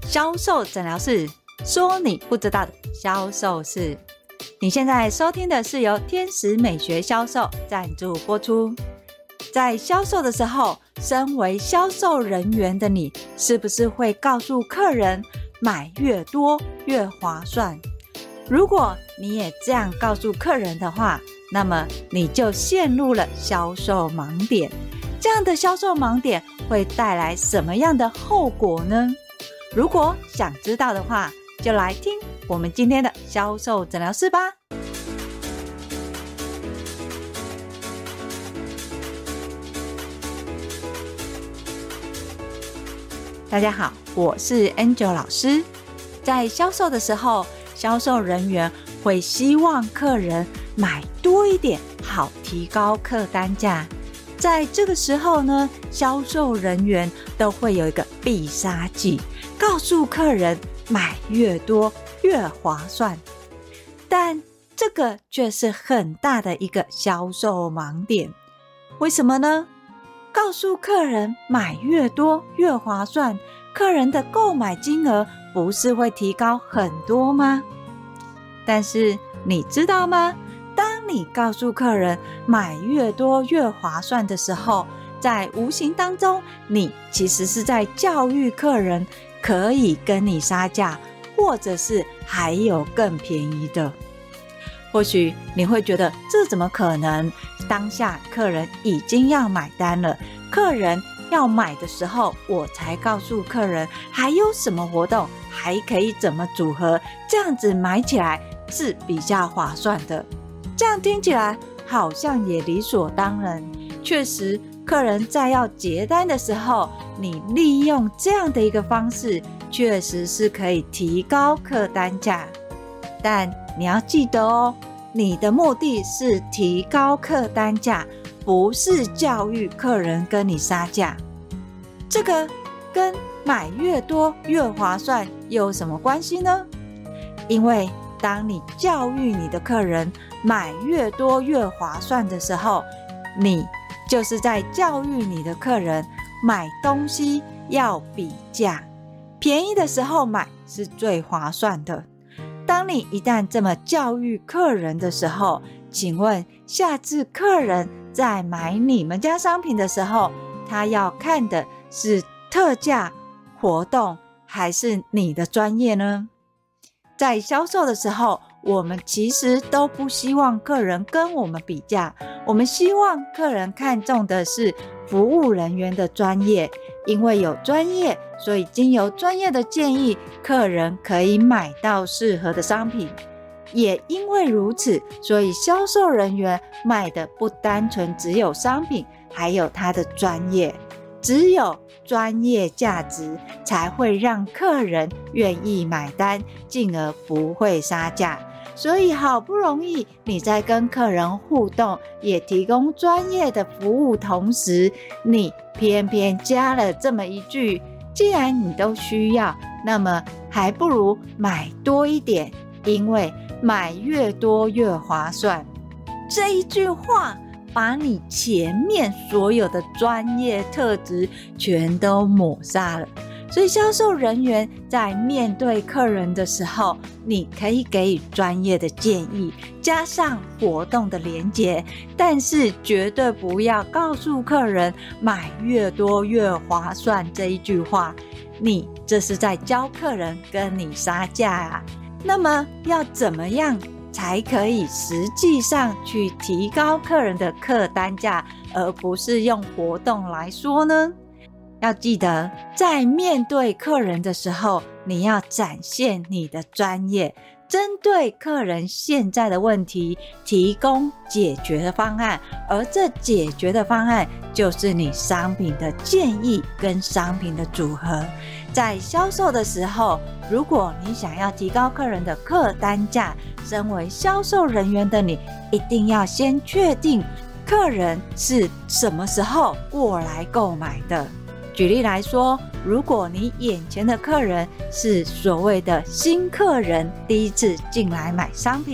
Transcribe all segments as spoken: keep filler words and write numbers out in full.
销售诊疗室，说你不知道的销售事。你现在收听的是由天使美学销售赞助播出。在销售的时候，身为销售人员的你，是不是会告诉客人买越多越划算？如果你也这样告诉客人的话，那么你就陷入了销售盲点。这样的销售盲点会带来什么样的后果呢？如果想知道的话，就来听我们今天的销售诊疗室吧。大家好，我是 Angel 老师。在销售的时候，销售人员会希望客人买多一点，好提高客单价。在这个时候呢，销售人员都会有一个必杀技，告诉客人买越多越划算。但这个却是很大的一个销售盲点。为什么呢？告诉客人买越多越划算，客人的购买金额不是会提高很多吗？但是你知道吗？当你告诉客人买越多越划算的时候，在无形当中，你其实是在教育客人可以跟你杀价，或者是还有更便宜的。或许你会觉得这怎么可能？当下客人已经要买单了，客人要买的时候，我才告诉客人还有什么活动，还可以怎么组合，这样子买起来是比较划算的。这样听起来好像也理所当然，确实客人在要结单的时候，你利用这样的一个方式，确实是可以提高客单价。但你要记得哦，你的目的是提高客单价，不是教育客人跟你杀价。这个跟买越多越划算有什么关系呢？因为当你教育你的客人买越多越划算的时候，你就是在教育你的客人买东西要比价，便宜的时候买是最划算的。当你一旦这么教育客人的时候，请问下次客人在买你们家商品的时候，他要看的是特价、活动还是你的专业呢？在销售的时候，我们其实都不希望客人跟我们比价，我们希望客人看重的是服务人员的专业，因为有专业，所以经由专业的建议，客人可以买到适合的商品。也因为如此，所以销售人员卖的不单纯只有商品，还有他的专业。只有专业价值才会让客人愿意买单，进而不会杀价。所以好不容易你在跟客人互动，也提供专业的服务同时，你偏偏加了这么一句，既然你都需要，那么还不如买多一点，因为买越多越划算。这一句话把你前面所有的专业特质全都抹杀了。所以销售人员在面对客人的时候，你可以给予专业的建议，加上活动的连结，但是绝对不要告诉客人买越多越划算这一句话，你这是在教客人跟你杀价啊。那么要怎么样才可以实际上去提高客人的客单价，而不是用活动来说呢？要记得，在面对客人的时候，你要展现你的专业，针对客人现在的问题提供解决的方案，而这解决的方案就是你商品的建议跟商品的组合。在销售的时候，如果你想要提高客人的客单价，身为销售人员的你，一定要先确定客人是什么时候过来购买的。举例来说，如果你眼前的客人是所谓的新客人，第一次进来买商品，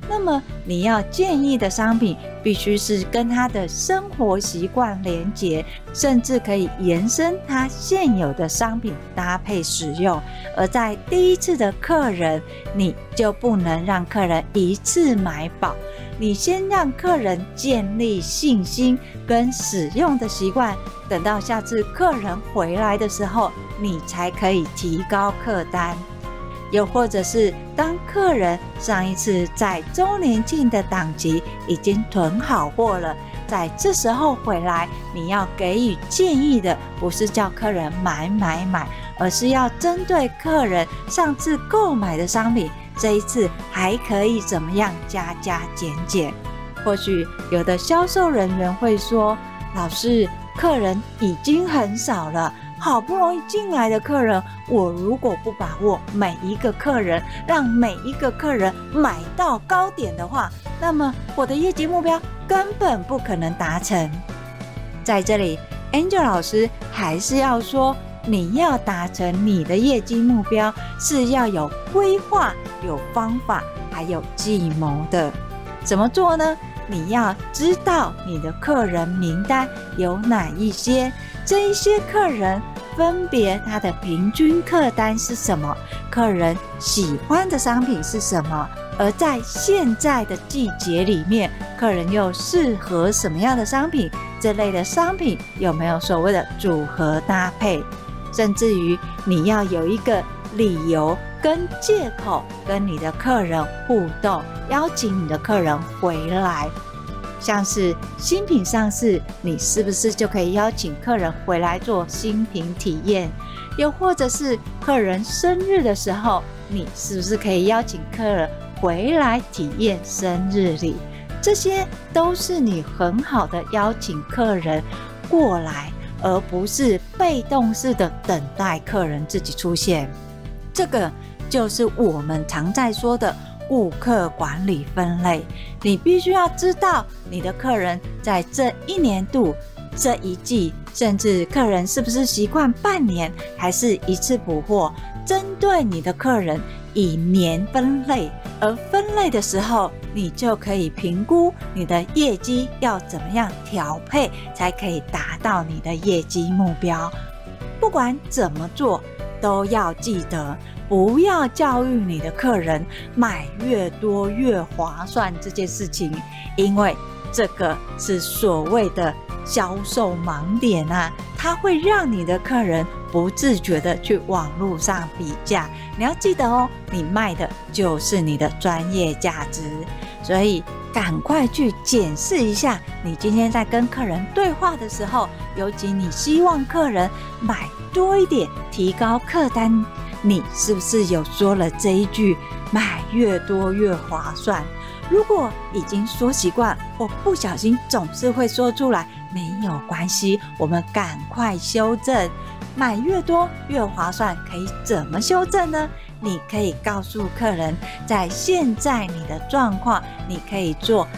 那么你要建议的商品必须是跟他的生活习惯连结，甚至可以延伸他现有的商品搭配使用。而在第一次的客人，你就不能让客人一次买饱，你先让客人建立信心跟使用的习惯，等到下次客人回来的时候，你才可以提高客单。又或者是当客人上一次在周年庆的档期已经囤好货了，在这时候回来，你要给予建议的不是叫客人买买买，而是要针对客人上次购买的商品，这一次还可以怎么样加加减减。或许有的销售人员会说，老师，客人已经很少了，好不容易进来的客人，我如果不把握每一个客人，让每一个客人买到高点的话，那么我的业绩目标根本不可能达成。在这里 Angel 老师还是要说，你要达成你的业绩目标，是要有规划、有方法还有计谋的。怎么做呢？你要知道你的客人名单有哪一些，这一些客人分别他的平均客单是什么，客人喜欢的商品是什么，而在现在的季节里面，客人又适合什么样的商品，这类的商品有没有所谓的组合搭配，甚至于你要有一个理由跟借口跟你的客人互动，邀请你的客人回来。像是新品上市，你是不是就可以邀请客人回来做新品体验？又或者是客人生日的时候，你是不是可以邀请客人回来体验生日礼？这些都是你很好的邀请客人过来，而不是被动式的等待客人自己出现。这个就是我们常在说的顾客管理分类，你必须要知道你的客人在这一年度、这一季，甚至客人是不是习惯半年还是一次补货，针对你的客人以年分类，而分类的时候，你就可以评估你的业绩要怎么样调配，才可以达到你的业绩目标。不管怎么做，都要记得不要教育你的客人买越多越划算这件事情，因为这个是所谓的销售盲点啊，它会让你的客人不自觉的去网络上比价。你要记得哦，你卖的就是你的专业价值，所以赶快去检视一下，你今天在跟客人对话的时候，尤其你希望客人买多一点，提高客单，你是不是有说了这一句买越多越划算？如果已经说习惯，或不小心总是会说出来，没有关系，我们赶快修正。买越多越划算可以怎么修正呢？你可以告诉客人，在现在你的状况，你可以做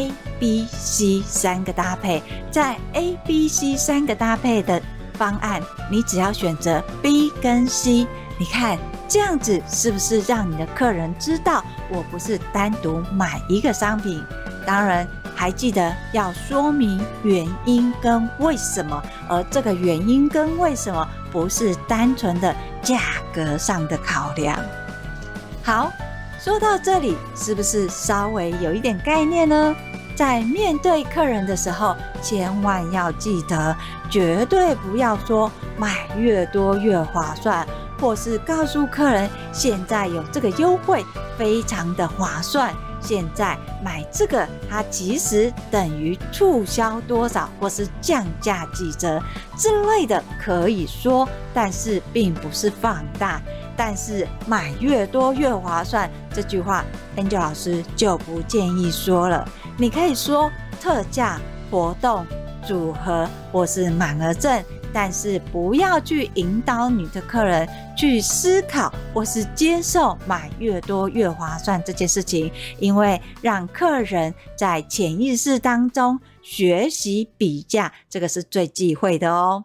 A、B、C 三个搭配，在 A、B、C 三个搭配的方案，你只要选择 B 跟 C， 你看这样子是不是让你的客人知道我不是单独买一个商品？当然还记得要说明原因跟为什么，而这个原因跟为什么不是单纯的价格上的考量。好，说到这里是不是稍微有一点概念呢？在面对客人的时候，千万要记得，绝对不要说买越多越划算，或是告诉客人现在有这个优惠，非常的划算，现在买这个它其实等于促销多少，或是降价几折之类的可以说，但是并不是放大。但是买越多越划算这句话 Angel 老师就不建议说了，你可以说特价、活动、组合或是满额赠，但是不要去引导你的客人去思考或是接受买越多越划算这件事情，因为让客人在潜意识当中学习比价，这个是最忌讳的哦。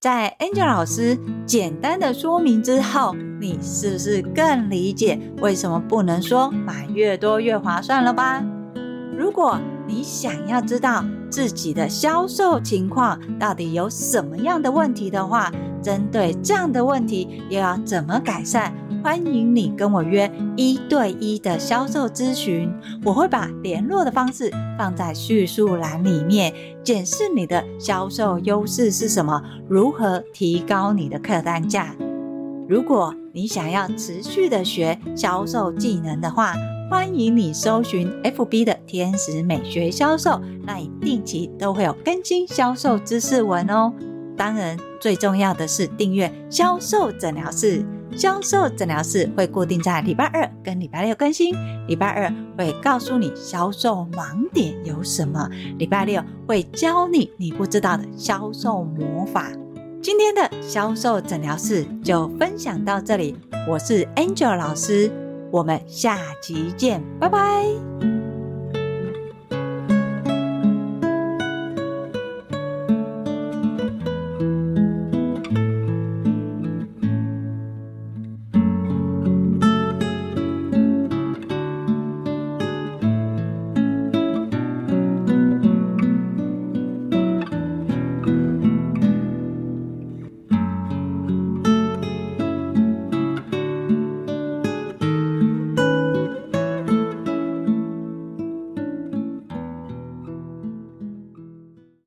在 Angel 老师简单的说明之后，你是不是更理解为什么不能说买越多越划算了吧？如果你想要知道自己的销售情况到底有什么样的问题的话，针对这样的问题又要怎么改善，欢迎你跟我约一对一的销售咨询，我会把联络的方式放在叙述栏里面，检视你的销售优势是什么，如何提高你的客单价。如果你想要持续的学销售技能的话，欢迎你搜寻 F B 的天使美学销售，那你定期都会有更新销售知识文哦。当然最重要的是订阅销售诊疗室，销售诊疗室会固定在礼拜二跟礼拜六更新，礼拜二会告诉你销售盲点有什么，礼拜六会教你你不知道的销售魔法。今天的销售诊疗室就分享到这里，我是 Angel 老师，我们下集见，拜拜。